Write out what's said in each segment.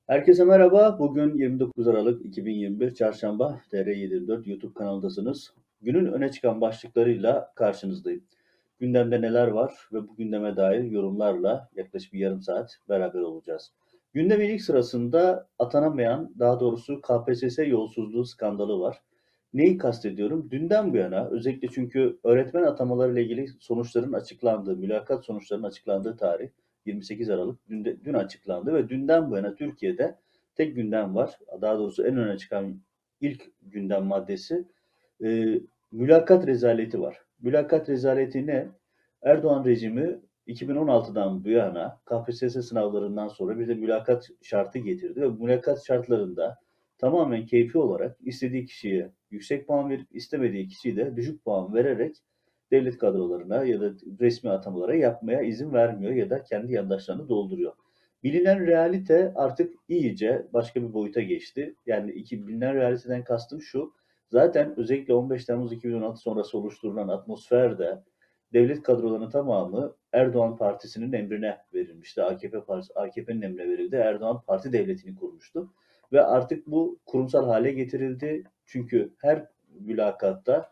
Herkese merhaba. Bugün 29 Aralık 2021 Çarşamba TR724 YouTube kanalındasınız. Günün öne çıkan başlıklarıyla karşınızdayım. Gündemde neler var ve bu gündeme dair yorumlarla yaklaşık bir yarım saat beraber olacağız. Gündemin ilk sırasında atanamayan, daha doğrusu KPSS yolsuzluğu skandalı var. Neyi kastediyorum? Dünden bu yana özellikle çünkü öğretmen atamaları ile ilgili sonuçların açıklandığı, mülakat sonuçlarının açıklandığı tarih 28 Aralık dün açıklandı ve dünden bu yana Türkiye'de tek gündem var. Daha doğrusu en öne çıkan ilk gündem maddesi mülakat rezaleti var. Mülakat rezaleti ne? Erdoğan rejimi 2016'dan bu yana KPSS sınavlarından sonra bir de mülakat şartı getirdi ve bu mülakat şartlarında tamamen keyfi olarak istediği kişiye yüksek puan verip istemediği kişiye de düşük puan vererek devlet kadrolarına ya da resmi atamalara yapmaya izin vermiyor ya da kendi yandaşlarını dolduruyor. Bilinen realite artık iyice başka bir boyuta geçti. Yani bilinen realiteden kastım şu, zaten özellikle 15 Temmuz 2016 sonrası oluşturulan atmosferde devlet kadrolarının tamamı Erdoğan Partisi'nin emrine verilmişti. AKP'nin emrine verildi. Erdoğan Parti Devleti'ni kurmuştu. Ve artık bu kurumsal hale getirildi. Çünkü her mülakatta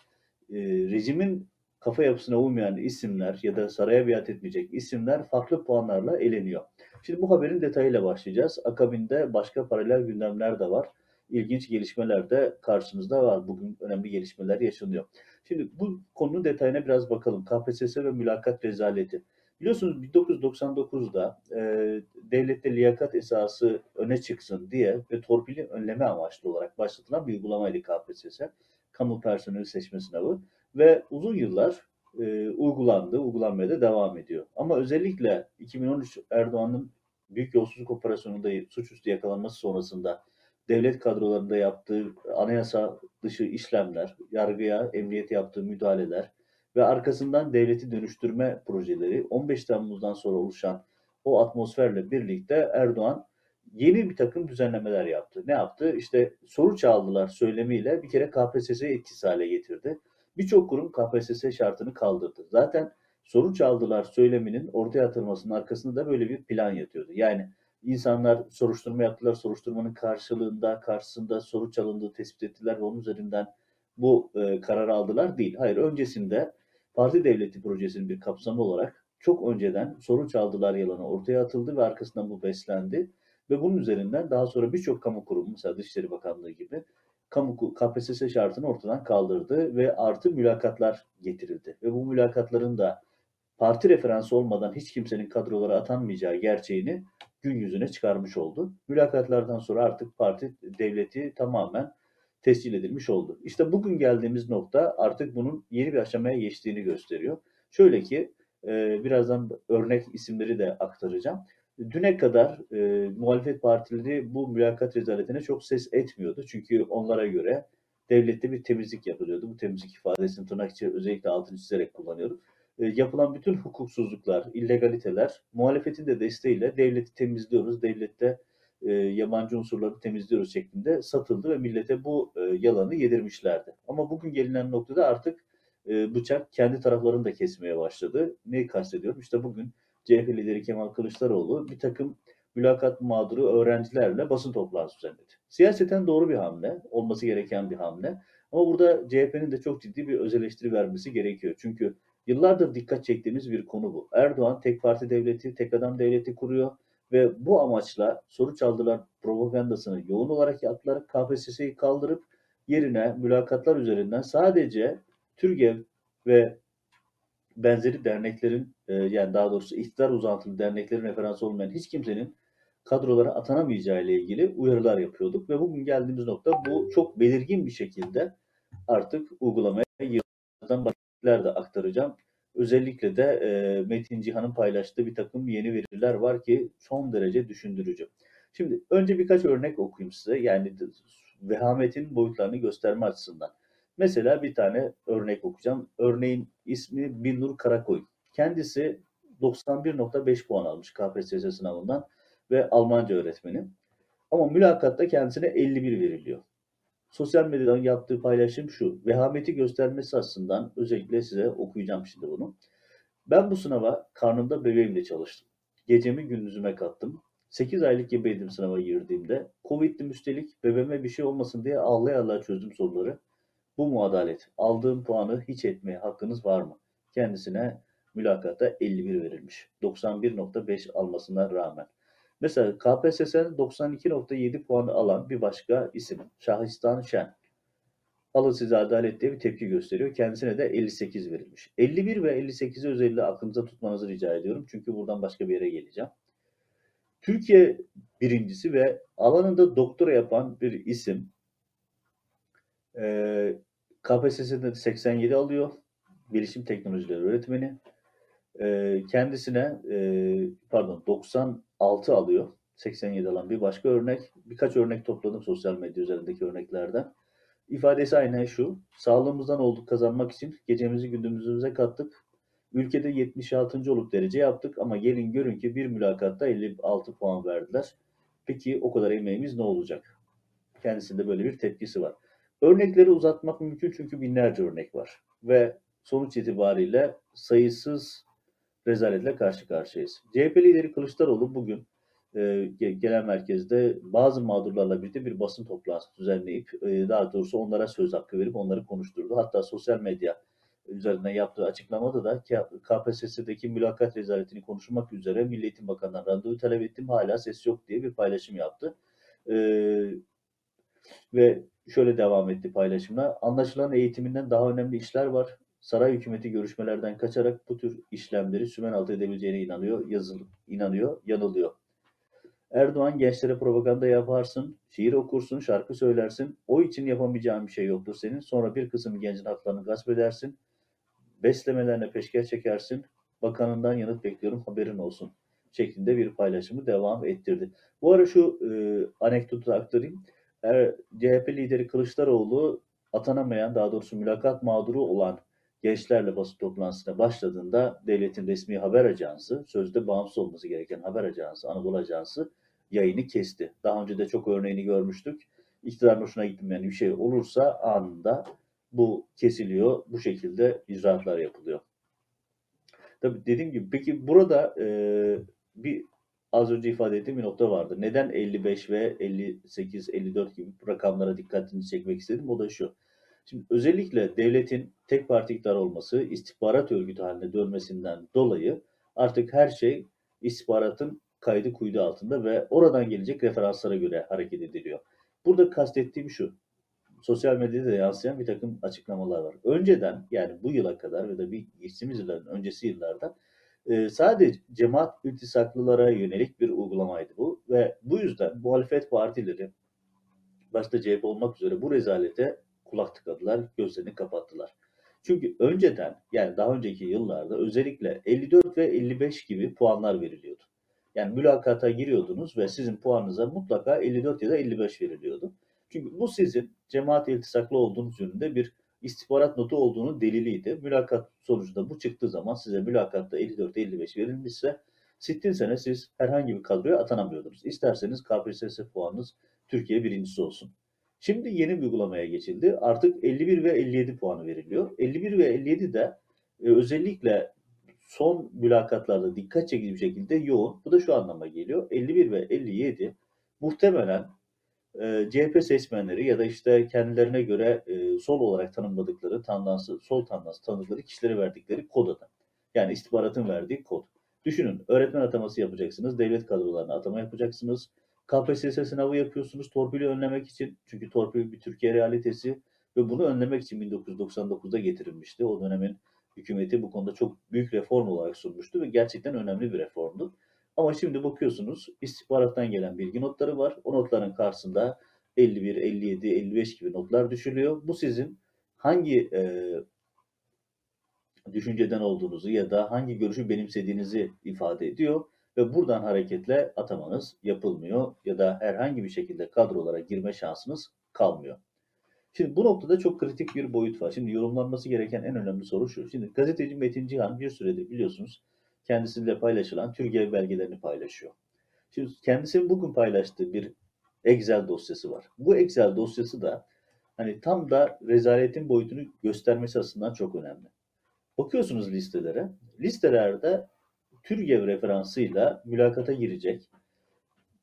rejimin kafa yapısına uymayan isimler ya da saraya biat etmeyecek isimler farklı puanlarla eleniyor. Şimdi bu haberin detayıyla başlayacağız. Akabinde başka paralel gündemler de var. İlginç gelişmeler de karşımızda var. Bugün önemli gelişmeler yaşanıyor. Şimdi bu konunun detayına biraz bakalım. KPSS ve mülakat rezaleti. Biliyorsunuz 1999'da devlette liyakat esası öne çıksın diye ve torpili önleme amaçlı olarak başlatılan bir uygulamaydı KPSS. Kamu personeli seçme sınavı ve uzun yıllar uygulandı, uygulanmaya da devam ediyor. Ama özellikle 2013 Erdoğan'ın büyük yolsuzluk operasyonunda suçüstü yakalanması sonrasında devlet kadrolarında yaptığı anayasa dışı işlemler, yargıya, emniyete yaptığı müdahaleler ve arkasından devleti dönüştürme projeleri 15 Temmuz'dan sonra oluşan o atmosferle birlikte Erdoğan yeni bir takım düzenlemeler yaptı. Ne yaptı? İşte soru çaldılar söylemiyle bir kere KPSS'yi etkisiz hale getirdi. Birçok kurum KPSS şartını kaldırdı. Zaten soru çaldılar söyleminin ortaya atılmasının arkasında da böyle bir plan yatıyordu. Yani insanlar soruşturma yaptılar, soruşturmanın karşısında soru çalındığı tespit ettiler ve onun üzerinden bu kararı aldılar değil. Hayır, öncesinde Parti Devleti projesinin bir kapsamı olarak çok önceden soru çaldılar yalanı ortaya atıldı ve arkasından bu beslendi. Ve bunun üzerinden daha sonra birçok kamu kurumu, mesela Dışişleri Bakanlığı gibi KPSS şartını ortadan kaldırdı ve artı mülakatlar getirildi. Ve bu mülakatların da parti referansı olmadan hiç kimsenin kadrolara atanmayacağı gerçeğini gün yüzüne çıkarmış oldu. Mülakatlardan sonra artık parti devleti tamamen tescil edilmiş oldu. İşte bugün geldiğimiz nokta artık bunun yeni bir aşamaya geçtiğini gösteriyor. Şöyle ki birazdan örnek isimleri de aktaracağım. Düne kadar muhalefet partileri bu mülakat rezaletine çok ses etmiyordu. Çünkü onlara göre devlette bir temizlik yapılıyordu. Bu temizlik ifadesini tırnak içi özellikle altını çizerek kullanıyorum. Yapılan bütün hukuksuzluklar, illegaliteler muhalefetin de desteğiyle devleti temizliyoruz, devlette yabancı unsurları temizliyoruz şeklinde satıldı ve millete bu yalanı yedirmişlerdi. Ama bugün gelinen noktada artık bıçak kendi taraflarını da kesmeye başladı. Neyi kastediyorum? İşte bugün CHP lideri Kemal Kılıçdaroğlu bir takım mülakat mağduru öğrencilerle basın toplantısı düzenledi. Siyaseten doğru bir hamle, olması gereken bir hamle. Ama burada CHP'nin de çok ciddi bir öz eleştiri vermesi gerekiyor. Çünkü yıllardır dikkat çektiğimiz bir konu bu. Erdoğan tek parti devleti, tek adam devleti kuruyor ve bu amaçla soru çaldılar propagandasını yoğun olarak yaptılar. KPSS'yi kaldırıp yerine mülakatlar üzerinden sadece TÜRGEV ve benzeri derneklerin yani daha doğrusu iktidar uzantılı derneklerin referansı olmayan hiç kimsenin kadrolara atanamayacağı ile ilgili uyarılar yapıyorduk ve bugün geldiğimiz nokta bu çok belirgin bir şekilde artık uygulamaya yıllardan başlıklar da aktaracağım. Özellikle de Metin Cihan'ın paylaştığı bir takım yeni veriler var ki son derece düşündürücü. Şimdi önce birkaç örnek okuyayım size. Yani vehametin boyutlarını gösterme açısından. Mesela bir tane örnek okuyacağım. Örneğin ismi Binnur Karakoy. Kendisi 91,5 puan almış KPSS sınavından ve Almanca öğretmeni. Ama mülakatta kendisine 51 veriliyor. Sosyal medyadan yaptığı paylaşım şu. Vehameti göstermesi açısından özellikle size okuyacağım şimdi bunu. Ben bu sınava karnımda bebeğimle çalıştım. Gecemi gündüzüme kattım. 8 aylık gebeydim sınava girdiğimde. Covid'dim üstelik. Bebeğime bir şey olmasın diye ağlaya ağlaya çözdüm soruları. Bu mu adalet? Aldığım puanı hiç etmeye hakkınız var mı? Kendisine mülakatta 51 verilmiş. 91,5 almasına rağmen. Mesela KPSS'nin 92,7 puanı alan bir başka isim Şahistan Şen. Alın size adalet diye bir tepki gösteriyor. Kendisine de 58 verilmiş. 51 ve 58'i özellikle aklınıza tutmanızı rica ediyorum. Çünkü buradan başka bir yere geleceğim. Türkiye birincisi ve alanında doktora yapan bir isim. KPSS'de 87 alıyor. Bilişim teknolojileri öğretmeni. Kendisine 96 alıyor. 87 alan bir başka örnek. Birkaç örnek topladım sosyal medya üzerindeki örneklerden. İfadesi aynen şu. Sağlığımızdan olduk kazanmak için gecemizi gündüzümüze kattık. Ülkede 76. olup derece yaptık ama gelin görün ki bir mülakatta 56 puan verdiler. Peki o kadar emeğimiz ne olacak? Kendisinde böyle bir tepkisi var. Örnekleri uzatmak mümkün çünkü binlerce örnek var. Ve sonuç itibariyle sayısız rezaletle karşı karşıyayız. CHP lideri Kılıçdaroğlu bugün genel merkezde bazı mağdurlarla birlikte bir basın toplantısı düzenleyip daha doğrusu onlara söz hakkı verip onları konuşturdu. Hatta sosyal medya üzerinden yaptığı açıklamada da KPSS'deki mülakat rezaletini konuşmak üzere Milli Eğitim Bakanı'ndan randevu talep ettim hala ses yok diye bir paylaşım yaptı. E, Ve şöyle devam etti paylaşımına. Anlaşılan eğitiminden daha önemli işler var. Saray hükümeti görüşmelerden kaçarak bu tür işlemleri sümen altı edebileceğine inanıyor, yanılıyor. Erdoğan gençlere propaganda yaparsın, şiir okursun, şarkı söylersin. O için yapamayacağın bir şey yoktur senin. Sonra bir kısım gencin haklarını gasp edersin. Beslemelerine peşkeş çekersin. Bakanından yanıt bekliyorum haberin olsun şeklinde bir paylaşımı devam ettirdi. Bu ara şu anekdotu aktarayım. CHP lideri Kılıçdaroğlu atanamayan, daha doğrusu mülakat mağduru olan gençlerle basın toplantısına başladığında devletin resmi haber ajansı, sözde bağımsız olması gereken haber ajansı, Anadolu Ajansı yayını kesti. Daha önce de çok örneğini görmüştük. İktidarın hoşuna gitmeyen bir şey olursa anında bu kesiliyor, bu şekilde icraatlar yapılıyor. Tabii dediğim gibi peki burada bir az önce ifade ettiğim bir nokta vardı. Neden 55 ve 58, 54 gibi rakamlara dikkatinizi çekmek istedim? O da şu. Şimdi özellikle devletin tek parti iktidar olması, istihbarat örgütü haline dönmesinden dolayı artık her şey istihbaratın kaydı kuydu altında ve oradan gelecek referanslara göre hareket ediliyor. Burada kastettiğim şu sosyal medyada da yansıyan bir takım açıklamalar var. Önceden yani bu yıla kadar ve da bir geçtiğimiz yılların öncesi yıllarda sadece cemaat iltisaklılara yönelik bir uygulamaydı bu ve bu yüzden muhalefet partileri başta CHP olmak üzere bu rezalete kulak tıkadılar, gözlerini kapattılar. Çünkü önceden yani daha önceki yıllarda özellikle 54 ve 55 gibi puanlar veriliyordu. Yani mülakata giriyordunuz ve sizin puanınıza mutlaka 54 ya da 55 veriliyordu. Çünkü bu sizin cemaat iltisaklı olduğunuz yönünde bir istihbarat notu olduğunu deliliydi. Mülakat sonucunda bu çıktığı zaman size mülakatta 54-55 verilmişse sittin sene siz herhangi bir kadroya atanamıyordunuz. İsterseniz KPSS puanınız Türkiye birincisi olsun. Şimdi yeni bir uygulamaya geçildi. Artık 51 ve 57 puanı veriliyor. 51 ve 57 de özellikle son mülakatlarda dikkat çekici bir şekilde yoğun. Bu da şu anlama geliyor. 51 ve 57 muhtemelen CHP seçmenleri ya da işte kendilerine göre sol olarak tanımladıkları, sol tandansı tanıdıkları kişilere verdikleri kod adı. Yani istihbaratın verdiği kod. Düşünün öğretmen ataması yapacaksınız, devlet kadrolarına atama yapacaksınız. KPSS sınavı yapıyorsunuz torpili önlemek için. Çünkü torpil bir Türkiye realitesi ve bunu önlemek için 1999'da getirilmişti. O dönemin hükümeti bu konuda çok büyük reform olarak sunmuştu ve gerçekten önemli bir reformdu. Ama şimdi bakıyorsunuz istihbarattan gelen bilgi notları var. O notların karşısında 51, 57, 55 gibi notlar düşülüyor. Bu sizin hangi düşünceden olduğunuzu ya da hangi görüşü benimsediğinizi ifade ediyor ve buradan hareketle atamanız yapılmıyor ya da herhangi bir şekilde kadrolara girme şansınız kalmıyor. Şimdi bu noktada çok kritik bir boyut var. Şimdi yorumlanması gereken en önemli soru şu. Şimdi gazeteci Metin Cihan bir süredir biliyorsunuz kendisiyle paylaşılan Türkiye belgelerini paylaşıyor. Şimdi kendisinin bugün paylaştığı bir Excel dosyası var. Bu Excel dosyası da hani tam da rezaletin boyutunu göstermesi açısından çok önemli. Bakıyorsunuz listelere. Listelerde TÜRGEV referansıyla mülakata girecek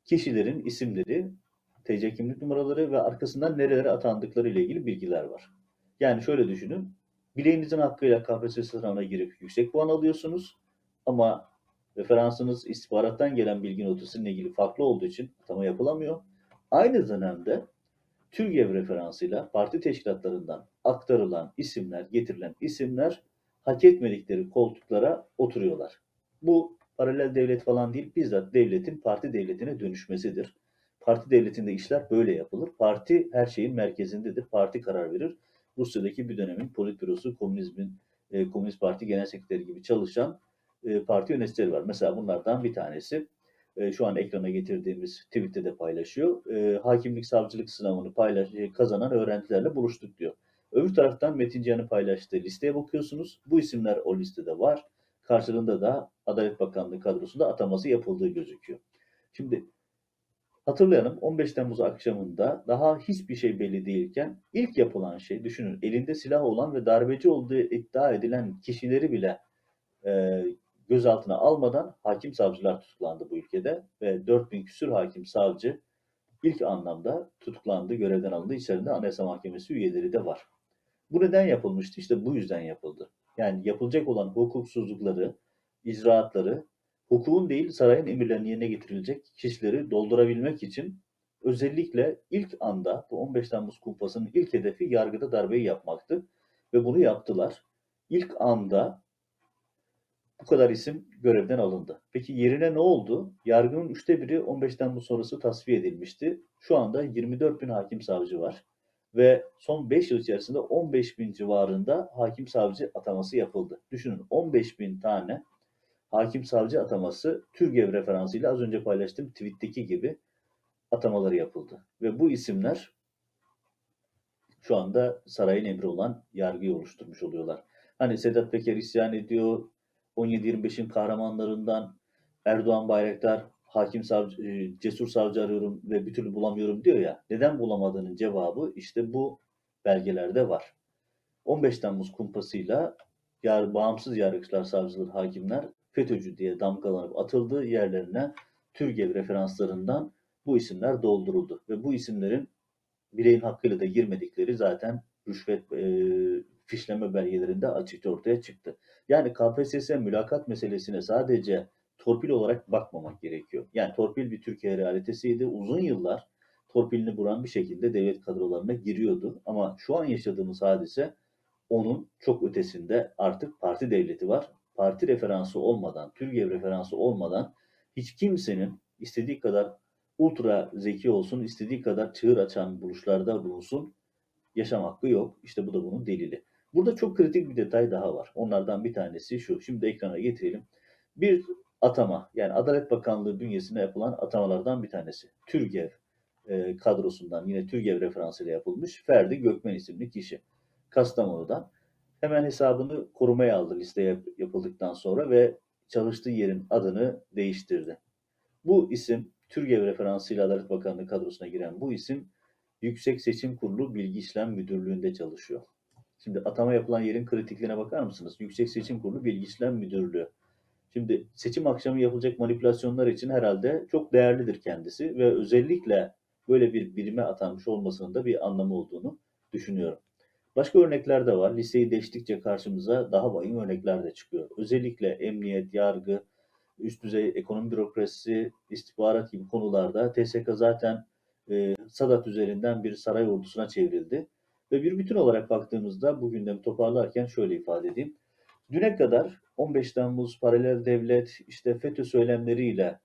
kişilerin isimleri, TC kimlik numaraları ve arkasından nerelere atandıkları ile ilgili bilgiler var. Yani şöyle düşünün, bileğinizin hakkıyla KPSS sınavına girip yüksek puan alıyorsunuz ama referansınız istihbarattan gelen bilgi notusununla ilgili farklı olduğu için atama yapılamıyor. Aynı dönemde TÜRGEV referansıyla parti teşkilatlarından aktarılan isimler, getirilen isimler hak etmedikleri koltuklara oturuyorlar. Bu paralel devlet falan değil, bizzat devletin parti devletine dönüşmesidir. Parti devletinde işler böyle yapılır. Parti her şeyin merkezindedir. Parti karar verir. Rusya'daki bir dönemin politbürosu, Komünist Parti Genel Sekreteri gibi çalışan parti yöneticileri var. Mesela bunlardan bir tanesi şu an ekrana getirdiğimiz tweette de paylaşıyor. Hakimlik savcılık sınavını kazanan öğrencilerle buluştuk diyor. Öbür taraftan Metin Cihan'ın paylaştığı listeye bakıyorsunuz. Bu isimler o listede var. Karşılığında da Adalet Bakanlığı kadrosunda ataması yapıldığı gözüküyor. Şimdi hatırlayalım, 15 Temmuz akşamında daha hiçbir şey belli değilken ilk yapılan şey, düşünün, elinde silah olan ve darbeci olduğu iddia edilen kişileri bile e, gözaltına almadan hakim savcılar tutuklandı bu ülkede ve 4000 küsür hakim savcı ilk anlamda tutuklandı, görevden alındı. İçerisinde Anayasa Mahkemesi üyeleri de var. Bu neden yapılmıştı? İşte bu yüzden yapıldı. Yani yapılacak olan hukuksuzlukları, icraatları, hukukun değil sarayın emirlerinin yerine getirilecek kişileri doldurabilmek için özellikle ilk anda bu 15 Temmuz kumpasının ilk hedefi yargıda darbeyi yapmaktı. Ve bunu yaptılar. İlk anda bu kadar isim görevden alındı. Peki yerine ne oldu? Yargının 1/3'ü 15 Temmuz sonrası tasfiye edilmişti. Şu anda 24 bin hakim savcı var. Ve son 5 yıl içerisinde 15 bin civarında hakim savcı ataması yapıldı. Düşünün, 15 bin tane hakim savcı ataması TÜRGEV referansıyla az önce paylaştığım tweet'teki gibi atamaları yapıldı. Ve bu isimler şu anda sarayın emri olan yargıyı oluşturmuş oluyorlar. Hani Sedat Peker isyan ediyor, 17-25'in kahramanlarından Erdoğan Bayraktar, hakim savcı, cesur savcı arıyorum ve bir türlü bulamıyorum diyor ya. Neden bulamadığının cevabı işte bu belgelerde var. 15 Temmuz kumpasıyla bağımsız yargıçlar, savcılar, hakimler FETÖ'cü diye damgalanıp atıldığı yerlerine TÜRGEV referanslarından bu isimler dolduruldu. Ve bu isimlerin bireyin hakkıyla da girmedikleri zaten rüşvet fişleme belgelerinde açıkça ortaya çıktı. Yani KPSS mülakat meselesine sadece torpil olarak bakmamak gerekiyor. Yani torpil bir Türkiye realitesiydi. Uzun yıllar torpilini buran bir şekilde devlet kadrolarına giriyordu. Ama şu an yaşadığımız hadise onun çok ötesinde, artık parti devleti var. Parti referansı olmadan, TÜRGEV referansı olmadan hiç kimsenin istediği kadar ultra zeki olsun, istediği kadar çığır açan buluşlarda bulunsun, yaşam hakkı yok. İşte bu da bunun delili. Burada çok kritik bir detay daha var. Onlardan bir tanesi şu. Şimdi ekrana getirelim. Bir atama, yani Adalet Bakanlığı bünyesine yapılan atamalardan bir tanesi. TÜRGEV kadrosundan, yine TÜRGEV referansıyla yapılmış Ferdi Gökmen isimli kişi. Kastamonu'dan. Hemen hesabını korumaya aldı listeye yapıldıktan sonra ve çalıştığı yerin adını değiştirdi. Bu isim, TÜRGEV referansıyla Adalet Bakanlığı kadrosuna giren bu isim Yüksek Seçim Kurulu Bilgi İşlem Müdürlüğü'nde çalışıyor. Şimdi atama yapılan yerin kritikliğine bakar mısınız? Yüksek Seçim Kurulu Bilgi İşlem Müdürlüğü. Şimdi seçim akşamı yapılacak manipülasyonlar için herhalde çok değerlidir kendisi ve özellikle böyle bir birime atanmış olmasının da bir anlamı olduğunu düşünüyorum. Başka örnekler de var. Listeyi deştikçe karşımıza daha vahim örnekler de çıkıyor. Özellikle emniyet, yargı, üst düzey ekonomi bürokrasisi, istihbarat gibi konularda TSK zaten Sadat üzerinden bir saray ordusuna çevrildi. Ve bir bütün olarak baktığımızda bu gündemi toparlarken şöyle ifade edeyim. Düne kadar 15 Temmuz, paralel devlet, işte FETÖ söylemleriyle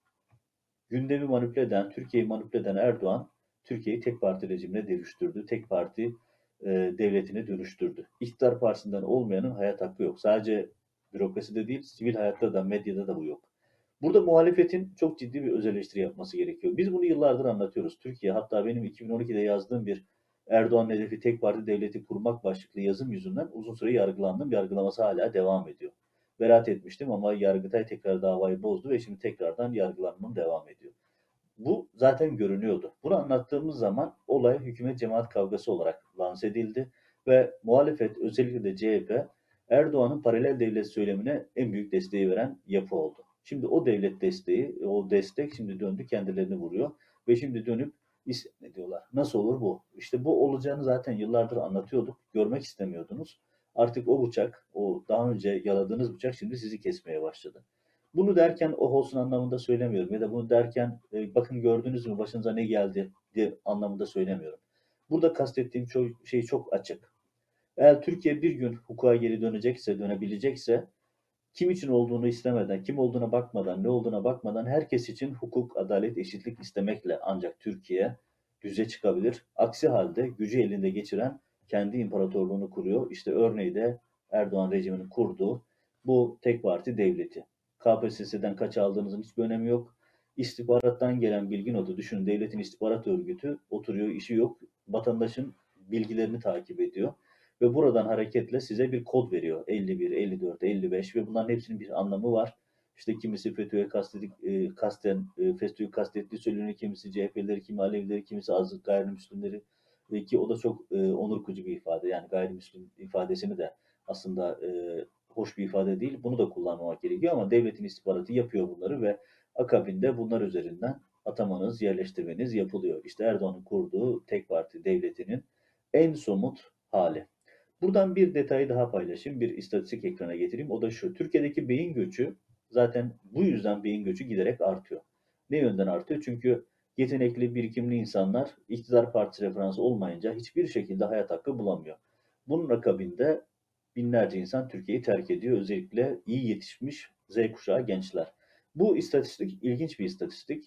gündemi manipüle eden, Türkiye'yi manipüle eden Erdoğan, Türkiye'yi tek parti rejimine dönüştürdü. Tek parti devletine dönüştürdü. İktidar partisinden olmayanın hayat hakkı yok. Sadece bürokraside değil, sivil hayatta da, medyada da bu yok. Burada muhalefetin çok ciddi bir öz eleştiri yapması gerekiyor. Biz bunu yıllardır anlatıyoruz. Türkiye, hatta benim 2012'de yazdığım bir Erdoğan hedefi tek parti devleti kurmak başlıklı yazım yüzünden uzun süre yargılandım. Yargılaması hala devam ediyor. Beraat etmiştim ama Yargıtay tekrar davayı bozdu ve şimdi tekrardan yargılanmam devam ediyor. Bu zaten görünüyordu. Bunu anlattığımız zaman olay hükümet cemaat kavgası olarak lanse edildi ve muhalefet, özellikle de CHP, Erdoğan'ın paralel devlet söylemine en büyük desteği veren yapı oldu. Şimdi o devlet desteği, o destek şimdi döndü kendilerini vuruyor ve şimdi dönüp ne diyorlar? Nasıl olur bu? İşte bu olacağını zaten yıllardır anlatıyorduk. Görmek istemiyordunuz. Artık o bıçak, o daha önce yaladığınız bıçak şimdi sizi kesmeye başladı. Bunu derken oh olsun anlamında söylemiyorum ya da bunu derken bakın gördünüz mü başınıza ne geldi diye anlamında söylemiyorum. Burada kastettiğim şey çok açık. Eğer Türkiye bir gün hukuka geri dönecekse, dönebilecekse kim için olduğunu istemeden, kim olduğuna bakmadan, ne olduğuna bakmadan herkes için hukuk, adalet, eşitlik istemekle ancak Türkiye düze çıkabilir. Aksi halde gücü elinde geçiren kendi imparatorluğunu kuruyor. İşte örneği de Erdoğan rejiminin kurduğu bu tek parti devleti. KPSS'den kaç aldığınızın hiçbir önemi yok. İstihbarattan gelen bilgi notu düşünün. Devletin istihbarat örgütü oturuyor, işi yok. Vatandaşın bilgilerini takip ediyor ve buradan hareketle size bir kod veriyor. 51, 54, 55 ve bunların hepsinin bir anlamı var. İşte kimisi FETÖ'ye FETÖ'yü kastettiği söyleniyor, kimisi CHP'lileri, kimi Alevileri, kimisi azık gayrimüslimleri ki o da çok onur kırıcı bir ifade. Yani gayrimüslim ifadesini de aslında hoş bir ifade değil. Bunu da kullanmamak gerekiyor ama devletin istihbaratı yapıyor bunları ve akabinde bunlar üzerinden atamanız, yerleştirmeniz yapılıyor. İşte Erdoğan'ın kurduğu tek parti devletinin en somut hali. Buradan bir detayı daha paylaşayım, bir istatistik ekrana getireyim. O da şu, Türkiye'deki beyin göçü zaten bu yüzden beyin göçü giderek artıyor. Ne yönden artıyor? Çünkü yetenekli, birikimli insanlar iktidar partisi referansı olmayınca hiçbir şekilde hayat hakkı bulamıyor. Bunun akabinde binlerce insan Türkiye'yi terk ediyor. Özellikle iyi yetişmiş Z kuşağı gençler. Bu istatistik ilginç bir istatistik.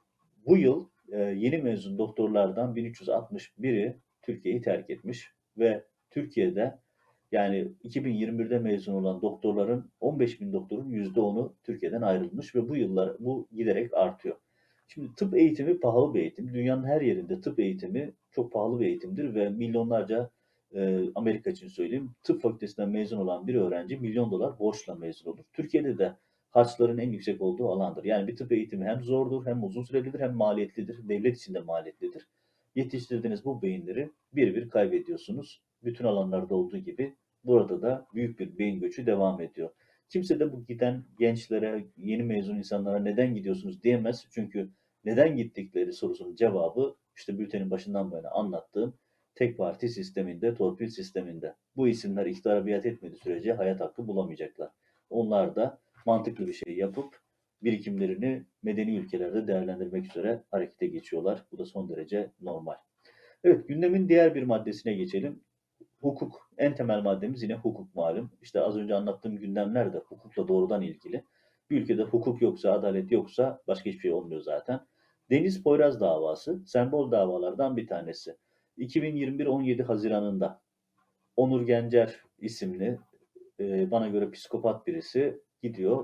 Bu yıl yeni mezun doktorlardan 1361'i Türkiye'yi terk etmiş ve Türkiye'de yani 2021'de mezun olan doktorların 15 bin doktorun %10'u Türkiye'den ayrılmış ve bu giderek artıyor. Şimdi tıp eğitimi pahalı bir eğitim. Dünyanın her yerinde tıp eğitimi çok pahalı bir eğitimdir ve milyonlarca Amerika için söyleyeyim tıp fakültesinden mezun olan bir öğrenci milyon dolar borçla mezun olur. Türkiye'de de harçların en yüksek olduğu alandır. Yani bir tıp eğitimi hem zordur, hem uzun sürelidir, hem maliyetlidir. Devlet için de maliyetlidir. Yetiştirdiğiniz bu beyinleri bir bir kaybediyorsunuz. Bütün alanlarda olduğu gibi burada da büyük bir beyin göçü devam ediyor. Kimse de bu giden gençlere, yeni mezun insanlara neden gidiyorsunuz diyemez. Çünkü neden gittikleri sorusunun cevabı işte bültenin başından beri anlattığım tek parti sisteminde, torpil sisteminde. Bu isimler iktidara biat etmediği sürece hayat hakkı bulamayacaklar. Onlar da mantıklı bir şey yapıp birikimlerini medeni ülkelerde değerlendirmek üzere harekete geçiyorlar. Bu da son derece normal. Evet, gündemin diğer bir maddesine geçelim. Hukuk. En temel maddemiz yine hukuk malum. İşte az önce anlattığım gündemler de hukukla doğrudan ilgili. Bir ülkede hukuk yoksa, adalet yoksa başka hiçbir şey olmuyor zaten. Deniz Poyraz davası sembol davalardan bir tanesi. 2021 17 Haziran'ında Onur Gencer isimli bana göre psikopat birisi gidiyor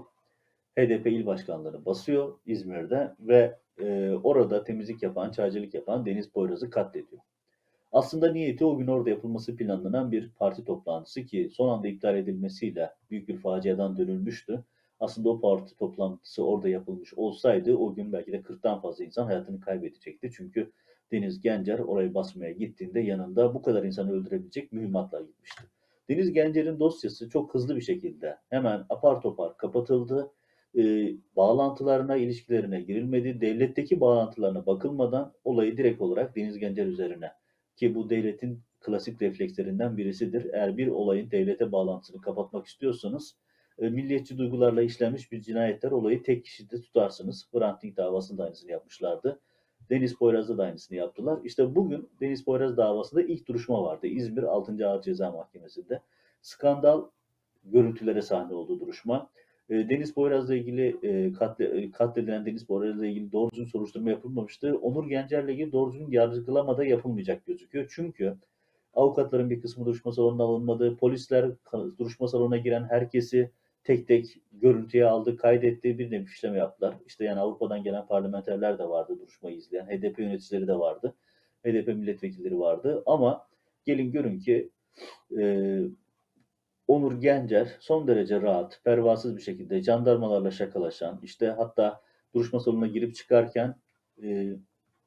HDP il başkanlığını basıyor İzmir'de ve orada temizlik yapan, çaycılık yapan Deniz Poyraz'ı katlediyor. Aslında niyeti o gün orada yapılması planlanan bir parti toplantısı ki son anda iptal edilmesiyle büyük bir faciadan dönülmüştü. Aslında o parti toplantısı orada yapılmış olsaydı o gün belki de 40'tan fazla insan hayatını kaybedecekti. Çünkü Deniz Gencer orayı basmaya gittiğinde yanında bu kadar insanı öldürebilecek mühimmatla gitmişti. Deniz Gencer'in dosyası çok hızlı bir şekilde hemen apar topar kapatıldı. Bağlantılarına, ilişkilerine girilmedi. Devletteki bağlantılarına bakılmadan olayı direkt olarak Deniz Gencer üzerine ki bu devletin klasik reflekslerinden birisidir. Eğer bir olayın devlete bağlantısını kapatmak istiyorsanız milliyetçi duygularla işlenmiş bir cinayetler olayı tek kişide tutarsınız. Hrant Dink davasında aynısını yapmışlardı. Deniz Poyraz'da da aynısını yaptılar. İşte bugün Deniz Poyraz davasında ilk duruşma vardı. İzmir 6. Ağır Ceza Mahkemesi'nde. Skandal görüntülere sahne oldu duruşma. Deniz Poyraz'la ilgili katledilen Deniz Poyraz'la ilgili doğru düzgün soruşturma yapılmamıştı. Onur Gencer'le ilgili doğru düzgün yargılama da yapılmayacak gözüküyor. Çünkü avukatların bir kısmı duruşma salonuna alınmadı. Polisler duruşma salonuna giren herkesi tek tek görüntüye aldı, kaydetti, bir de fişleme yaptılar. İşte yani Avrupa'dan gelen parlamenterler de vardı duruşmayı izleyen. HDP yöneticileri de vardı. HDP milletvekilleri vardı. Ama gelin görün ki e, Onur Gencer son derece rahat, pervasız bir şekilde jandarmalarla şakalaşan, işte hatta duruşma salonuna girip çıkarken e,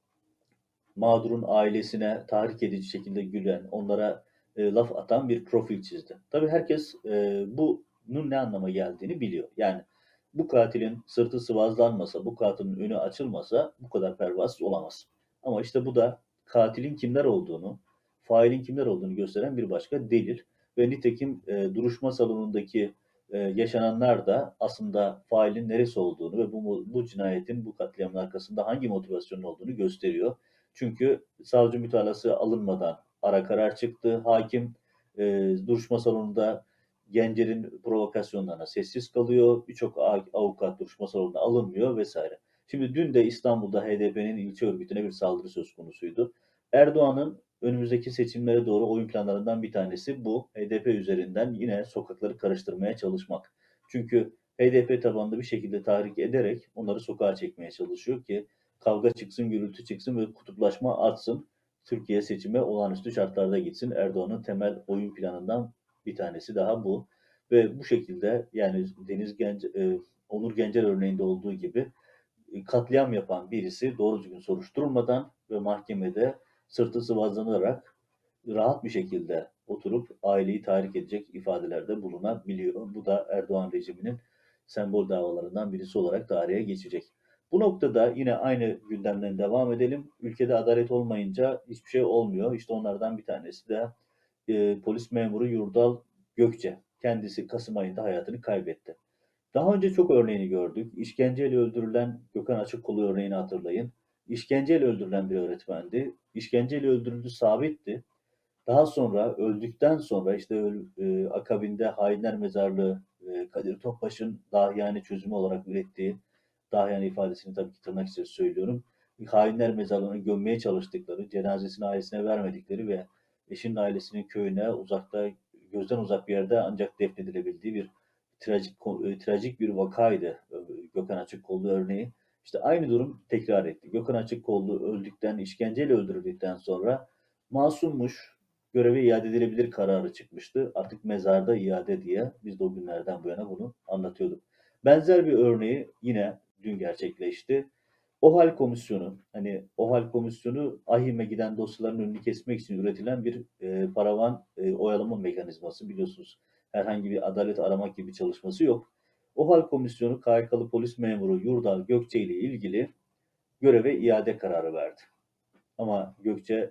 mağdurun ailesine tahrik edici şekilde gülen, onlara laf atan bir profil çizdi. Tabii herkes bunun ne anlama geldiğini biliyor. Yani Bu katilin sırtı sıvazlanmasa, bu katilin önü açılmasa bu kadar pervasız olamaz. Ama işte bu da katilin kimler olduğunu, failin kimler olduğunu gösteren bir başka delil. Ve nitekim duruşma salonundaki yaşananlar da aslında failin neresi olduğunu ve bu cinayetin, bu katliamın arkasında hangi motivasyonun olduğunu gösteriyor. Çünkü savcı mütalası alınmadan ara karar çıktı. Hakim duruşma salonunda Gencer'in provokasyonlarına sessiz kalıyor. Birçok avukat duruşma salonuna alınmıyor vesaire. Şimdi dün de İstanbul'da HDP'nin ilçe örgütüne bir saldırı söz konusuydu. Erdoğan'ın önümüzdeki seçimlere doğru oyun planlarından bir tanesi bu. HDP üzerinden yine sokakları karıştırmaya çalışmak. Çünkü HDP tabanlı bir şekilde tahrik ederek onları sokağa çekmeye çalışıyor ki kavga çıksın, gürültü çıksın ve kutuplaşma artsın. Türkiye seçime olağanüstü şartlarda gitsin. Erdoğan'ın temel oyun planından bir tanesi daha bu. Ve bu şekilde yani Onur Gencer örneğinde olduğu gibi katliam yapan birisi doğru düzgün soruşturulmadan ve mahkemede sırtı sıvazlanarak rahat bir şekilde oturup aileyi tahrik edecek ifadelerde bulunabiliyor. Bu da Erdoğan rejiminin sembol davalarından birisi olarak tarihe geçecek. Bu noktada yine aynı gündemden devam edelim. Ülkede adalet olmayınca hiçbir şey olmuyor. İşte onlardan bir tanesi de polis memuru Yurdal Gökçe. Kendisi Kasım ayında hayatını kaybetti. Daha önce çok örneğini gördük. İşkenceyle öldürülen Gökhan Açıkkolu örneğini hatırlayın. İşkenceyle öldürülen bir öğretmendi. İşkenceyle öldürüldü sabitti. Daha sonra öldükten sonra işte akabinde hainler mezarlığı Kadir Topbaş'ın dahiyane çözümü olarak ürettiği dahiyane ifadesini tabii ki tırnak içinde söylüyorum. Hainler mezarlığını gömmeye çalıştıkları, cenazesini ailesine vermedikleri ve eşinin ailesinin köyüne uzakta, gözden uzak bir yerde ancak defnedilebildiği bir trajik bir vakaydı Gökhan Açıkkollu örneği. İşte aynı durum tekrar etti. Gökhan Açıkkollu öldükten, işkenceyle öldürüldükten sonra masummuş, göreve iade edilebilir kararı çıkmıştı. Artık mezarda iade diye biz de o günlerden bu yana bunu anlatıyorduk. Benzer bir örneği yine dün gerçekleşti. OHAL komisyonu, hani OHAL komisyonu AİHM'e giden dosyaların önünü kesmek için üretilen bir paravan oyalama mekanizması biliyorsunuz. Herhangi bir adalet aramak gibi bir çalışması yok. OHAL komisyonu KHK'lı polis memuru Yurdal Gökçe ile ilgili göreve iade kararı verdi. Ama Gökçe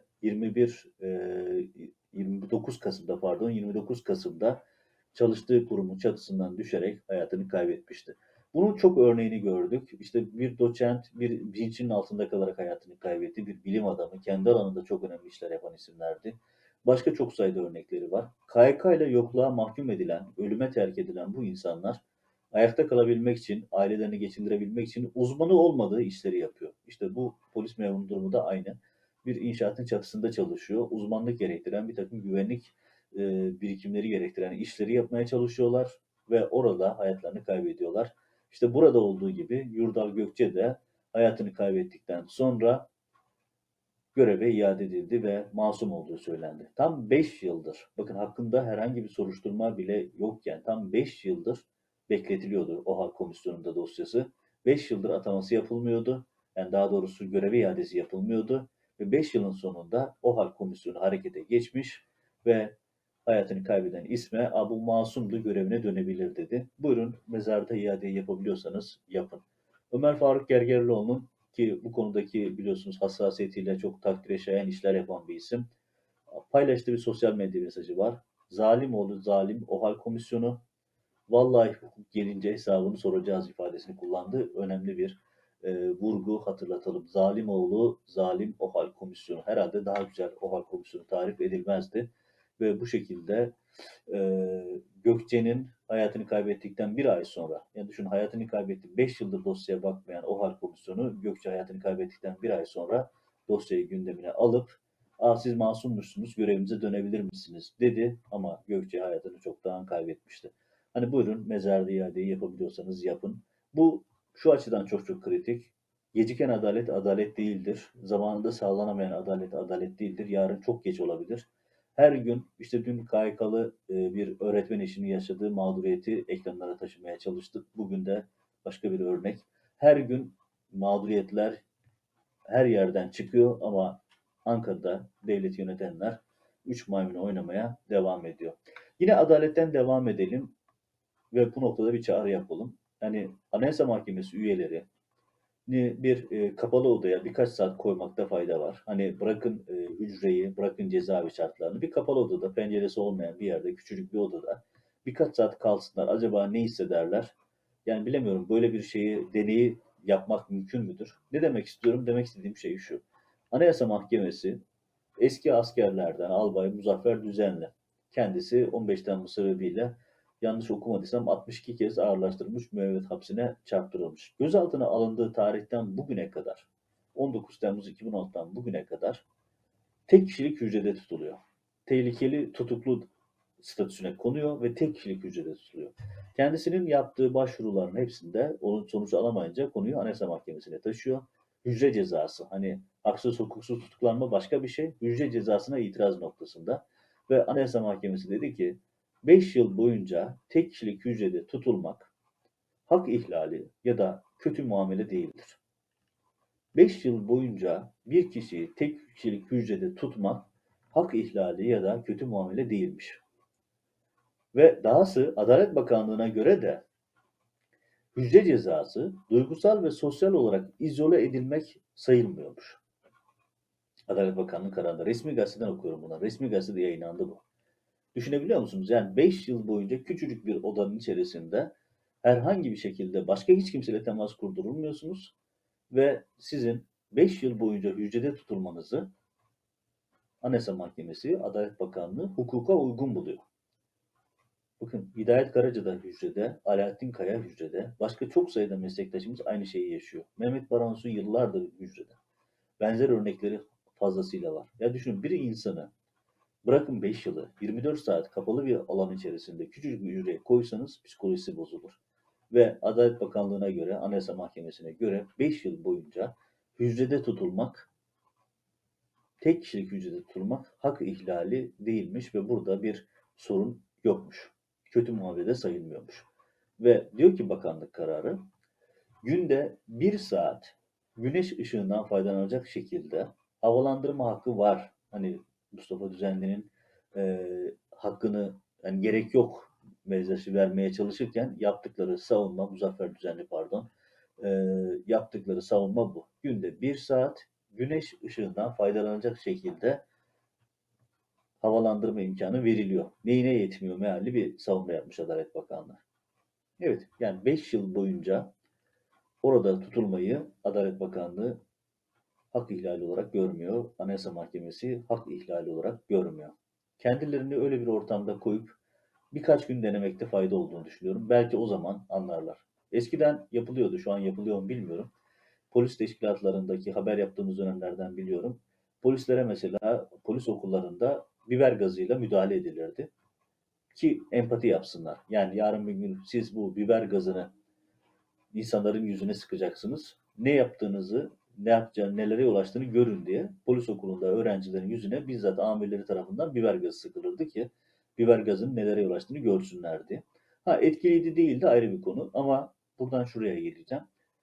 29 Kasım'da 29 Kasım'da çalıştığı kurumun çatısından düşerek hayatını kaybetmişti. Bunun çok örneğini gördük. İşte bir doçent bir vinçin altında kalarak hayatını kaybetti. Bir bilim adamı, kendi alanında çok önemli işler yapan isimlerdi. Başka çok sayıda örnekleri var. KYK ile yokluğa mahkum edilen, ölüme terk edilen bu insanlar ayakta kalabilmek için, ailelerini geçindirebilmek için uzmanı olmadığı işleri yapıyor. İşte bu polis memuru durumu da aynı. Bir inşaatın çatısında çalışıyor. Uzmanlık gerektiren bir takım güvenlik birikimleri gerektiren işleri yapmaya çalışıyorlar ve orada hayatlarını kaybediyorlar. İşte burada olduğu gibi Yurdal Gökçe de hayatını kaybettikten sonra göreve iade edildi ve masum olduğu söylendi. Tam 5 yıldır, bakın hakkında herhangi bir soruşturma bile yokken tam 5 yıldır bekletiliyordu OHAL komisyonunda dosyası. 5 yıldır ataması yapılmıyordu. Yani daha doğrusu göreve iadesi yapılmıyordu. Ve 5 yılın sonunda OHAL komisyonu harekete geçmiş ve hayatını kaybeden isme Abu Masum'du, görevine dönebilir dedi. Buyurun mezarda iadeyi yapabiliyorsanız yapın. Ömer Faruk Gergerlioğlu'nun ki bu konudaki biliyorsunuz hassasiyetiyle çok takdire şayan işler yapan bir isim. Paylaştığı bir sosyal medya mesajı var. Zalim oğlu zalim OHAL komisyonu. Vallahi hukuk gelince hesabını soracağız ifadesini kullandı. Önemli bir vurgu hatırlatalım. Zalim oğlu zalim OHAL komisyonu. Herhalde daha güzel OHAL komisyonu tarif edilmezdi. Ve bu şekilde Gökçe'nin hayatını kaybettikten bir ay sonra, yani düşün hayatını kaybetti, 5 yıldır dosyaya bakmayan OHAL komisyonu Gökçe hayatını kaybettikten bir ay sonra dosyayı gündemine alıp siz masummuşsunuz, görevinize dönebilir misiniz dedi ama Gökçe hayatını çoktan kaybetmişti. Hani buyurun mezarda iadeyi yapabiliyorsanız yapın. Bu şu açıdan çok çok kritik. Geciken adalet adalet değildir. Zamanında sağlanamayan adalet adalet değildir. Yarın çok geç olabilir. Her gün işte dün KYK'lı bir öğretmen eşinin yaşadığı mağduriyeti ekranlara taşımaya çalıştık. Bugün de başka bir örnek. Her gün mağduriyetler her yerden çıkıyor ama Ankara'da devleti yönetenler 3 maymunu oynamaya devam ediyor. Yine adaletten devam edelim ve bu noktada bir çağrı yapalım. hani Anayasa Mahkemesi üyeleri bir kapalı odaya birkaç saat koymakta fayda var. Hani bırakın hücreyi, bırakın cezaevi şartlarını bir kapalı odada, penceresi olmayan bir yerde, küçücük bir odada birkaç saat kalsınlar. Acaba ne hissederler? Yani bilemiyorum böyle bir şeyi, deneyi yapmak mümkün müdür? Ne demek istiyorum? Demek istediğim şey şu. Anayasa Mahkemesi eski askerlerden Albay Muzaffer Düzenli. Kendisi 15 Temmuz sebebiyle yanlış okumadıysam 62 kez ağırlaştırılmış müebbet hapsine çarptırılmış. Gözaltına alındığı tarihten bugüne kadar 19 Temmuz 2016'dan bugüne kadar tek kişilik hücrede tutuluyor. Tehlikeli tutuklu statüsüne konuyor ve tek kişilik hücrede tutuluyor. Kendisinin yaptığı başvuruların hepsinde onun sonuç alamayınca konuyu Anayasa Mahkemesi'ne taşıyor. Hücre cezası, hani haksız hukuksuz tutuklanma başka bir şey, hücre cezasına itiraz noktasında. Ve Anayasa Mahkemesi dedi ki 5 yıl boyunca tek kişilik hücrede tutulmak hak ihlali ya da kötü muamele değildir. 5 yıl boyunca bir kişiyi tek kişilik hücrede tutmak hak ihlali ya da kötü muamele değilmiş. Ve dahası Adalet Bakanlığı'na göre de hücre cezası duygusal ve sosyal olarak izole edilmek sayılmıyormuş. Adalet Bakanlığı kararında. Resmi gazeteden okuyorum bunu. Resmi gazetede yayınlandı bu. Düşünebiliyor musunuz? Yani 5 yıl boyunca küçücük bir odanın içerisinde herhangi bir şekilde başka hiç kimseyle temas kurdurulmuyorsunuz ve sizin 5 yıl boyunca hücrede tutulmanızı Anayasa Mahkemesi, Adalet Bakanlığı hukuka uygun buluyor. Bakın Hidayet Karaca da hücrede, Alaaddin Kaya hücrede, başka çok sayıda meslektaşımız aynı şeyi yaşıyor. Mehmet Baransu yıllardır hücrede. Benzer örnekleri fazlasıyla var. Ya düşünün bir insanı bırakın 5 yılı 24 saat kapalı bir alan içerisinde küçücük bir hücreye koysanız psikolojisi bozulur. Ve Adalet Bakanlığı'na göre, Anayasa Mahkemesi'ne göre 5 yıl boyunca hücrede tutulmak, tek kişilik hücrede tutulmak hak ihlali değilmiş ve burada bir sorun yokmuş. Kötü muamelede sayılmıyormuş. Ve diyor ki bakanlık kararı, günde 1 saat güneş ışığından faydalanacak şekilde havalandırma hakkı var. Hani Mustafa Düzenli'nin hakkını yani gerek yok mesajı vermeye çalışırken yaptıkları savunma, Muzaffer Düzenli pardon, yaptıkları savunma bu. Günde 1 saat güneş ışığından faydalanacak şekilde havalandırma imkanı veriliyor. Neyine yetmiyor mealli bir savunma yapmış Adalet Bakanlığı. Evet, yani 5 yıl boyunca orada tutulmayı Adalet Bakanlığı hak ihlali olarak görmüyor. Anayasa Mahkemesi hak ihlali olarak görmüyor. Kendilerini öyle bir ortamda koyup birkaç gün denemekte fayda olduğunu düşünüyorum. Belki o zaman anlarlar. Eskiden yapılıyordu, şu an yapılıyor mu bilmiyorum. Polis teşkilatlarındaki haber yaptığımız dönemlerden biliyorum. Polislere mesela polis okullarında biber gazıyla müdahale edilirdi ki empati yapsınlar. Yani yarın bir gün siz bu biber gazını insanların yüzüne sıkacaksınız. Ne yaptığınızı, ne yapacağını, nelere yol açtığını görün diye polis okulunda öğrencilerin yüzüne bizzat amirleri tarafından biber gazı sıkılırdı ki biber gazının nelere yol açtığını görsünler diye. Ha etkiliydi değildi ayrı bir konu ama buradan şuraya geleceğim.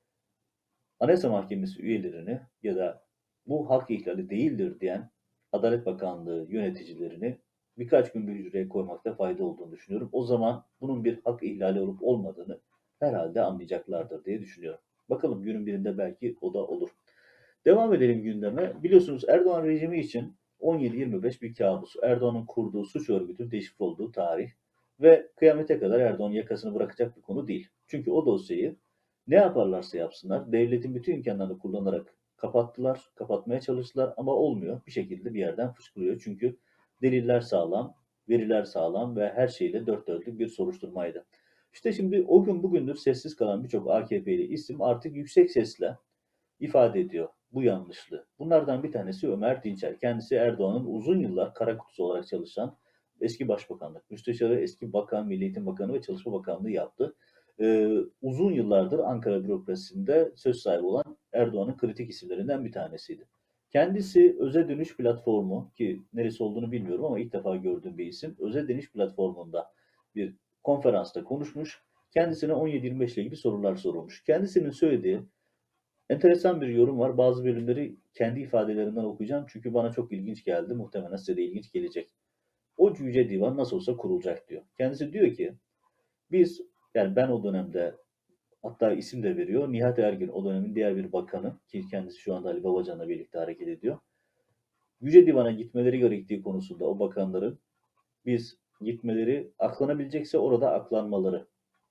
Anayasa Mahkemesi üyelerini ya da bu hak ihlali değildir diyen Adalet Bakanlığı yöneticilerini birkaç gün bir hücreye koymakta fayda olduğunu düşünüyorum. O zaman bunun bir hak ihlali olup olmadığını herhalde anlayacaklardır diye düşünüyorum. Bakalım günün birinde belki o da olur. Devam edelim gündeme. Biliyorsunuz Erdoğan rejimi için 17-25 bir kabus. Erdoğan'ın kurduğu suç örgütü deşifre olduğu tarih ve kıyamete kadar Erdoğan yakasını bırakacak bir konu değil. Çünkü o dosyayı ne yaparlarsa yapsınlar devletin bütün imkanlarını kullanarak kapattılar, kapatmaya çalıştılar ama olmuyor. Bir şekilde bir yerden fışkırıyor. Çünkü deliller sağlam, veriler sağlam ve her şeyle dört dörtlük bir soruşturmaydı. İşte şimdi o gün bugündür sessiz kalan birçok AKP'li isim artık yüksek sesle ifade ediyor bu yanlışlığı. Bunlardan bir tanesi Ömer Dinçer. Kendisi Erdoğan'ın uzun yıllar kara kutusu olarak çalışan eski başbakanlık müsteşarı, eski bakan, Milli Eğitim Bakanı ve Çalışma Bakanlığı yaptı. Uzun yıllardır Ankara bürokrasisinde söz sahibi olan Erdoğan'ın kritik isimlerinden bir tanesiydi. Kendisi Öze Dönüş Platformu ki neresi olduğunu bilmiyorum ama ilk defa gördüğüm bir isim. Öze Dönüş Platformu'nda bir konferansta konuşmuş. Kendisine 17-25 ile ilgili sorular sorulmuş. Kendisinin söylediği enteresan bir yorum var. Bazı bölümleri kendi ifadelerinden okuyacağım çünkü bana çok ilginç geldi. Muhtemelen size de ilginç gelecek. O Yüce Divan nasıl olsa kurulacak diyor. Kendisi diyor ki biz yani ben o dönemde Hatta isim de veriyor. Nihat Ergin, o dönemin diğer bir bakanı ki kendisi şu anda Ali Babacan'la birlikte hareket ediyor. Yüce Divan'a gitmeleri gerektiği konusunda o bakanların biz gitmeleri aklanabilecekse orada aklanmaları,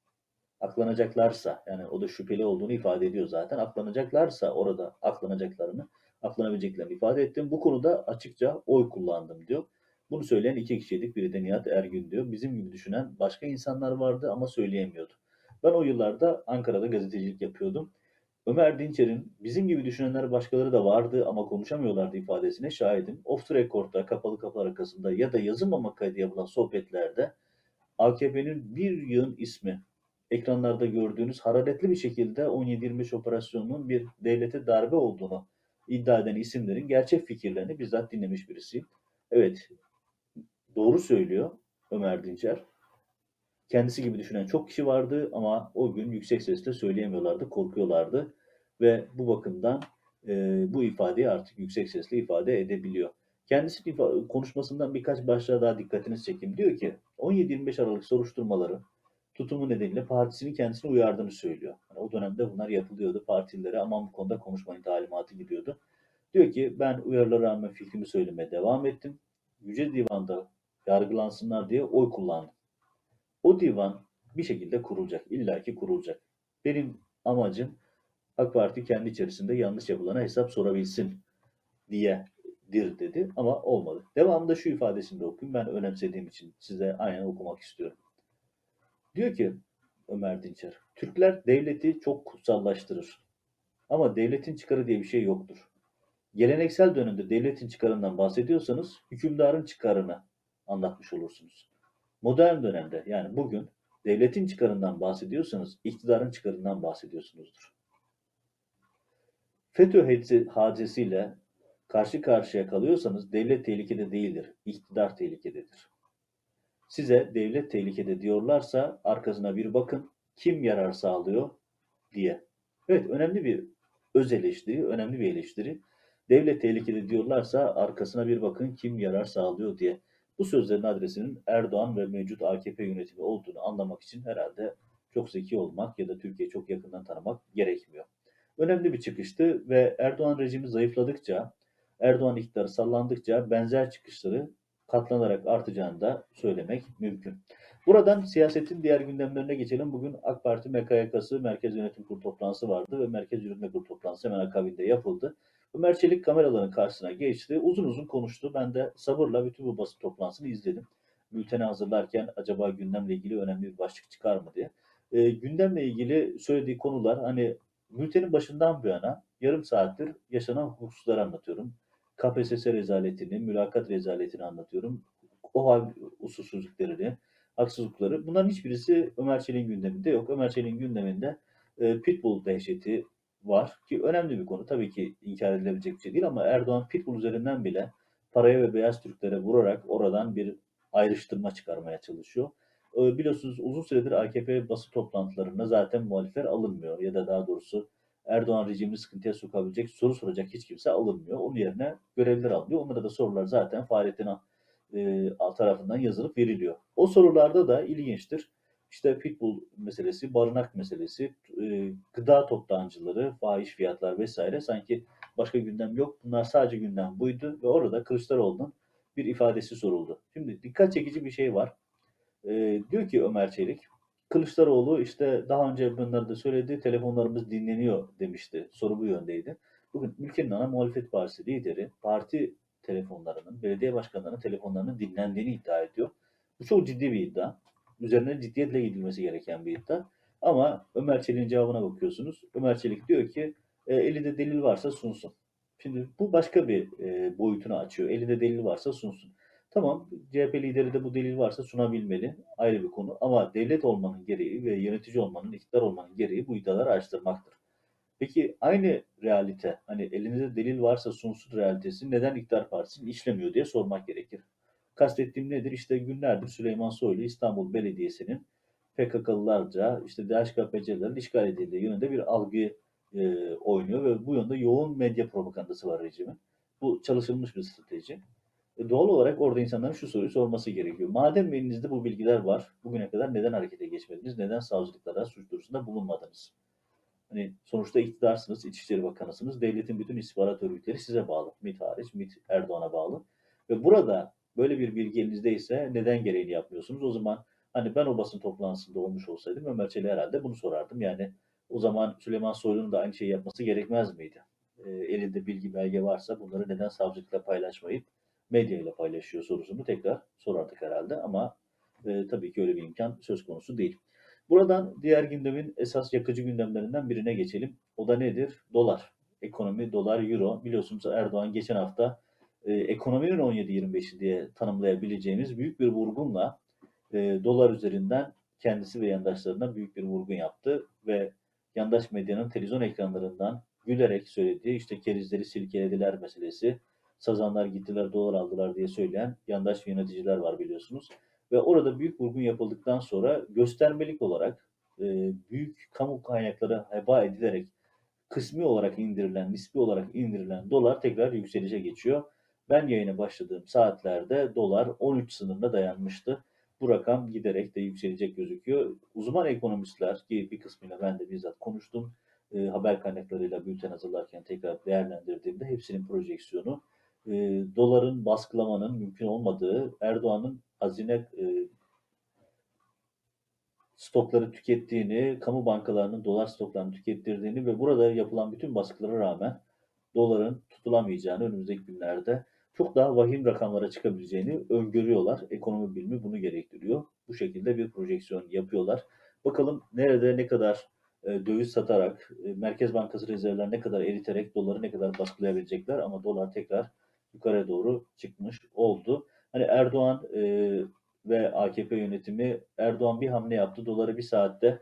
aklanacaklarsa yani o da şüpheli olduğunu ifade ediyor zaten. Aklanacaklarsa orada aklanacaklarını, aklanabileceklerini ifade ettim. Bu konuda açıkça oy kullandım diyor. Bunu söyleyen iki kişiydik. Biri de Nihat Ergün diyor. Bizim gibi düşünen başka insanlar vardı ama söyleyemiyordu. Ben o yıllarda Ankara'da gazetecilik yapıyordum. Ömer Dinçer'in bizim gibi düşünenler başkaları da vardı ama konuşamıyorlardı ifadesine şahidim. Off the record'da, kapalı kapılar arkasında ya da yazılmamak kaydı yapılan sohbetlerde AKP'nin bir yığın ismi ekranlarda gördüğünüz hararetli bir şekilde 17-25 operasyonunun bir devlete darbe olduğunu iddia eden isimlerin gerçek fikirlerini bizzat dinlemiş birisiyim. Evet, doğru söylüyor Ömer Dinçer. Kendisi gibi düşünen çok kişi vardı ama o gün yüksek sesle söyleyemiyorlardı, korkuyorlardı ve bu bakımdan bu ifadeyi artık yüksek sesle ifade edebiliyor. Kendisi konuşmasından birkaç başlığa daha dikkatinizi çekeyim. Diyor ki 17-25 Aralık soruşturmaları tutumu nedeniyle partisinin kendisini uyardığını söylüyor. Yani o dönemde bunlar yapılıyordu. Partililere aman bu konuda konuşmayın talimatı gidiyordu. Diyor ki ben uyarılara rağmen fikrimi söylemeye devam ettim. Yüce Divan'da yargılansınlar diye oy kullandım. O divan bir şekilde kurulacak. İllaki kurulacak. Benim amacım AK Parti kendi içerisinde yanlış yapılana hesap sorabilsin diyedir dedi ama olmadı. Devamında şu ifadesini de okuyayım. Ben önemsediğim için size aynen okumak istiyorum. Diyor ki Ömer Dinçer, Türkler devleti çok kutsallaştırır. Ama devletin çıkarı diye bir şey yoktur. Geleneksel dönemde devletin çıkarından bahsediyorsanız hükümdarın çıkarını anlatmış olursunuz. Modern dönemde yani bugün devletin çıkarından bahsediyorsanız iktidarın çıkarından bahsediyorsunuzdur. FETÖ hadisesiyle karşı karşıya kalıyorsanız devlet tehlikede değildir, iktidar tehlikededir. Size devlet tehlikede diyorlarsa arkasına bir bakın kim yarar sağlıyor diye. Evet önemli bir öz eleştiri, önemli bir eleştiri. Devlet tehlikede diyorlarsa arkasına bir bakın kim yarar sağlıyor diye. Bu sözlerin adresinin Erdoğan ve mevcut AKP yönetimi olduğunu anlamak için herhalde çok zeki olmak ya da Türkiye'yi çok yakından tanımak gerekmiyor. Önemli bir çıkıştı ve Erdoğan rejimi zayıfladıkça, Erdoğan iktidarı sallandıkça benzer çıkışları katlanarak artacağını da söylemek mümkün. Buradan siyasetin diğer gündemlerine geçelim. Bugün AK Parti MKYK'sı Merkez Yönetim Kurulu toplantısı vardı ve Merkez Yürütme Kurulu toplantısı hemen akabinde yapıldı. Ömer Çelik kameraların karşısına geçti. Uzun uzun konuştu. Ben de sabırla bütün bu basın toplantısını izledim. Bülteni hazırlarken acaba gündemle ilgili önemli bir başlık çıkar mı diye. Gündemle ilgili söylediği konular hani bültenin başından bu yana yarım saattir yaşanan hususları anlatıyorum. KPSS rezaletini, mülakat rezaletini anlatıyorum. O hal usulsüzlüklerini, haksızlıkları. Bunların hiçbirisi Ömer Çelik'in gündeminde yok. Ömer Çelik'in gündeminde Pitbull dehşeti var ki önemli bir konu. Tabii ki inkar edilebilecek bir şey değil ama Erdoğan Pitbull üzerinden bile paraya ve beyaz Türklere vurarak oradan bir ayrıştırma çıkarmaya çalışıyor. Biliyorsunuz uzun süredir AKP basın toplantılarında zaten muhalifler alınmıyor ya da daha doğrusu Erdoğan rejimini sıkıntıya sokabilecek soru soracak hiç kimse alınmıyor. Onun yerine görevliler alınıyor. Onlara da sorular zaten Fahrettin tarafından yazılıp veriliyor. O sorularda da ilginçtir. İşte pitbull meselesi, barınak meselesi, gıda toptancıları, fahiş fiyatlar vesaire sanki başka gündem yok. Bunlar sadece gündem buydu ve orada Kılıçdaroğlu'nun bir ifadesi soruldu. Şimdi dikkat çekici bir şey var. Diyor ki Ömer Çelik, Kılıçdaroğlu işte daha önce bunları da söyledi, telefonlarımız dinleniyor demişti. Soru bu yöndeydi. Bugün ülkenin ana muhalefet partisi lideri parti telefonlarının, belediye başkanlarının telefonlarının dinlendiğini iddia ediyor. Bu çok ciddi bir iddia. Üzerine ciddiyetle gidilmesi gereken bir iddia. Ama Ömer Çelik'in cevabına bakıyorsunuz. Ömer Çelik diyor ki elinde delil varsa sunsun. Şimdi bu başka bir boyutunu açıyor. Elinde delil varsa sunsun. Tamam, CHP lideri de bu delil varsa sunabilmeli. Ayrı bir konu. Ama devlet olmanın gereği ve yönetici olmanın, iktidar olmanın gereği bu iddiaları araştırmaktır. Peki aynı realite, hani elinizde delil varsa sunsun realitesi neden iktidar partisinin işlemiyor diye sormak gerekir. Kastettiğim nedir? İşte günlerdir Süleyman Soylu İstanbul Belediyesi'nin PKK'lılarca işte DHKPC'lerin işgal edildiği yönünde bir algı oynuyor ve bu yönde yoğun medya propagandası var rejimin. Bu çalışılmış bir strateji. Doğal olarak orada insanların şu soruyu sorması gerekiyor. Madem elinizde bu bilgiler var, bugüne kadar neden harekete geçmediniz? Neden savcılıklara suç duyurusunda bulunmadınız? Hani sonuçta iktidarsınız, İçişleri Bakanısınız. Devletin bütün istihbarat örgütleri size bağlı. MİT hariç, MİT Erdoğan'a bağlı. Ve burada böyle bir bilgi elinizdeyse neden gereğini yapmıyorsunuz? O zaman hani ben o basın toplantısında olmuş olsaydım Ömer Çelik'e herhalde bunu sorardım. Yani o zaman Süleyman Soylu'nun da aynı şeyi yapması gerekmez miydi? Elinde bilgi belge varsa bunları neden savcılıkla paylaşmayıp medyayla paylaşıyor sorusunu tekrar sorardık herhalde. Ama tabii ki öyle bir imkan söz konusu değil. Buradan diğer gündemin esas yakıcı gündemlerinden birine geçelim. O da nedir? Dolar. Ekonomi, dolar, euro. Biliyorsunuz Erdoğan geçen hafta ekonominin 17-25'i diye tanımlayabileceğimiz büyük bir vurgunla dolar üzerinden kendisi ve yandaşlarına büyük bir vurgun yaptı ve yandaş medyanın televizyon ekranlarından gülerek söylediği işte kerizleri silkelediler meselesi, sazanlar gittiler dolar aldılar diye söyleyen yandaş yöneticiler var biliyorsunuz. Ve orada büyük vurgun yapıldıktan sonra göstermelik olarak büyük kamu kaynakları heba edilerek kısmi olarak indirilen, nispi olarak indirilen dolar tekrar yükselişe geçiyor. Ben yayına başladığım saatlerde dolar 13 sınırına dayanmıştı. Bu rakam giderek de yükselecek gözüküyor. Uzman ekonomistler ki bir kısmıyla ben de bizzat konuştum. Haber kaynaklarıyla bülten hazırlarken tekrar değerlendirdiğimde hepsinin projeksiyonu doların baskılamanın mümkün olmadığı, Erdoğan'ın hazine stokları tükettiğini, kamu bankalarının dolar stoklarını tükettirdiğini ve burada yapılan bütün baskılara rağmen doların tutulamayacağını önümüzdeki günlerde çok daha vahim rakamlara çıkabileceğini öngörüyorlar. Ekonomi bilimi bunu gerektiriyor. Bu şekilde bir projeksiyon yapıyorlar. Bakalım nerede ne kadar döviz satarak, Merkez Bankası rezervlerini ne kadar eriterek doları ne kadar baskılayabilecekler ama dolar tekrar yukarı doğru çıkmış oldu. Hani Erdoğan ve AKP yönetimi Erdoğan bir hamle yaptı. Doları bir saatte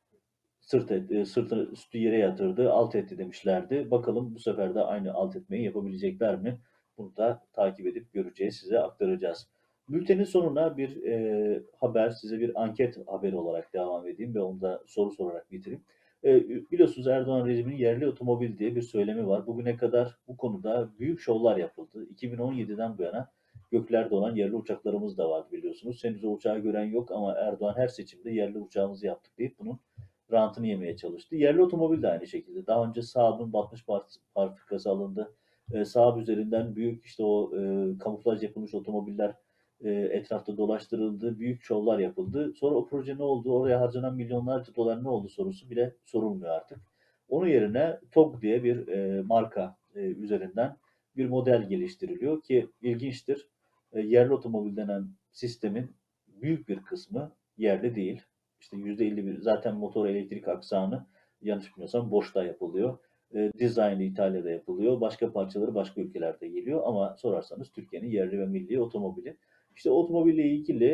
sırtını üstü yere yatırdı, alt etti demişlerdi. Bakalım bu sefer de aynı alt etmeyi yapabilecekler mi? Bunu da takip edip göreceğiz, size aktaracağız. Bültenin sonuna bir haber, size bir anket haberi olarak devam edeyim ve onu da soru sorarak bitireyim. Biliyorsunuz Erdoğan rejiminin yerli otomobil diye bir söylemi var. Bugüne kadar bu konuda büyük şovlar yapıldı. 2017'den bu yana göklerde olan yerli uçaklarımız da vardı biliyorsunuz. Henüz o uçağı gören yok ama Erdoğan her seçimde yerli uçağımızı yaptık deyip bunun rantını yemeye çalıştı. Yerli otomobil de aynı şekilde. Daha önce Saab'ın batmış fabrikası alındı. Saab üzerinden büyük işte o kamuflaj yapılmış otomobiller etrafta dolaştırıldı. Büyük şovlar yapıldı. Sonra o proje ne oldu? Oraya harcanan milyonlarca dolar ne oldu sorusu bile sorulmuyor artık. Onun yerine TOG diye bir marka üzerinden bir model geliştiriliyor ki ilginçtir. Yerli otomobil denen sistemin büyük bir kısmı yerli değil. İşte %51 zaten motor elektrik aksamı yanlış bilmiyorsam Bosch'ta yapılıyor. Dizaynı İtalya'da yapılıyor. Başka parçaları başka ülkelerde geliyor ama sorarsanız Türkiye'nin yerli ve milli otomobili. İşte otomobille ilgili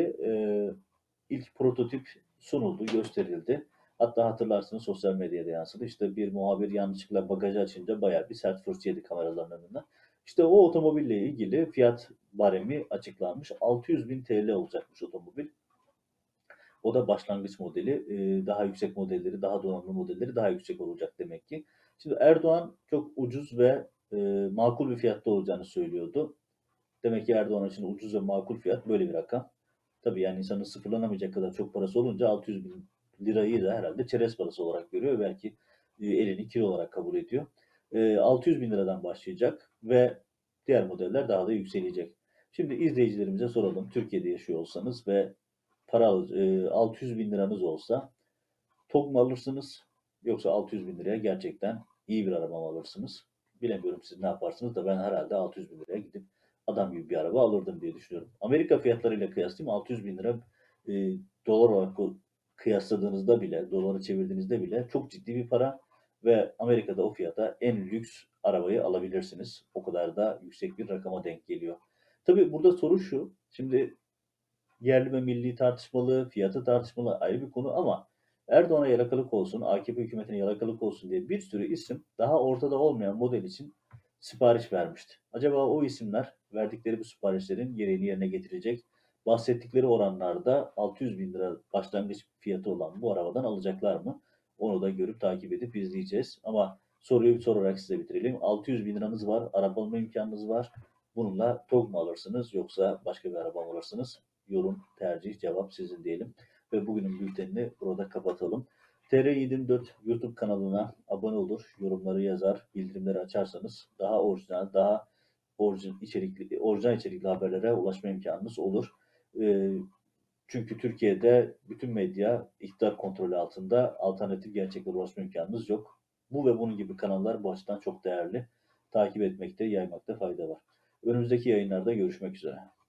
ilk prototip sunuldu, gösterildi. Hatta hatırlarsınız sosyal medyada yansıdı. İşte bir muhabir yanlışlıkla bagajı açınca bayağı bir sert fırça yedi kameraların önünden. İşte o otomobille ilgili fiyat baremi açıklanmış. 600 bin TL olacakmış otomobil. O da başlangıç modeli. Daha yüksek modelleri, daha donanımlı modelleri daha yüksek olacak demek ki. Şimdi Erdoğan çok ucuz ve makul bir fiyatta olacağını söylüyordu. Demek ki Erdoğan için ucuz ve makul fiyat böyle bir rakam. Tabii yani insanın sıfırlanamayacak kadar çok parası olunca 600 bin lirayı da herhalde çerez parası olarak görüyor. Belki elini kilo olarak kabul ediyor. 600 bin liradan başlayacak ve diğer modeller daha da yükselecek. Şimdi izleyicilerimize soralım. Türkiye'de yaşıyor olsanız ve para 600 bin liranız olsa TOG mu alırsınız yoksa 600 bin liraya gerçekten iyi bir araba mı alırsınız? Bilemiyorum siz ne yaparsınız da ben herhalde 600 bin liraya gidip adam gibi bir araba alırdım diye düşünüyorum. Amerika fiyatlarıyla kıyaslayayım 600 bin lira dolar olarak kıyasladığınızda bile, doları çevirdiğinizde bile çok ciddi bir para ve Amerika'da o fiyata en lüks arabayı alabilirsiniz. O kadar da yüksek bir rakama denk geliyor. Tabii burada soru şu, şimdi yerli ve milli tartışmalı, fiyatı tartışmalı ayrı bir konu ama Erdoğan'a yalakalık olsun, AKP hükümetine yalakalık olsun diye bir sürü isim daha ortada olmayan model için sipariş vermişti. Acaba o isimler verdikleri bu siparişlerin gereğini yerine getirecek, bahsettikleri oranlarda 600 bin lira başlangıç fiyatı olan bu arabadan alacaklar mı? Onu da görüp takip edip izleyeceğiz. Ama soruyu sorarak size bitirelim. 600 bin liranız var, araba alma imkanınız var. Bununla TOG mu alırsınız yoksa başka bir araba mı alırsınız? Yorum, tercih, cevap sizin diyelim. ve bugünün bültenini burada kapatalım. TR24 YouTube kanalına abone olur, yorumları yazar, bildirimleri açarsanız daha orijinal, daha orijinal içerikli haberlere ulaşma imkanınız olur. Ee, Çünkü Türkiye'de bütün medya iktidar kontrolü altında, alternatif gerçeklere ulaşma imkanınız yok. Bu ve bunun gibi kanallar bu açıdan çok değerli. Takip etmekte, yaymakta fayda var. Önümüzdeki yayınlarda görüşmek üzere.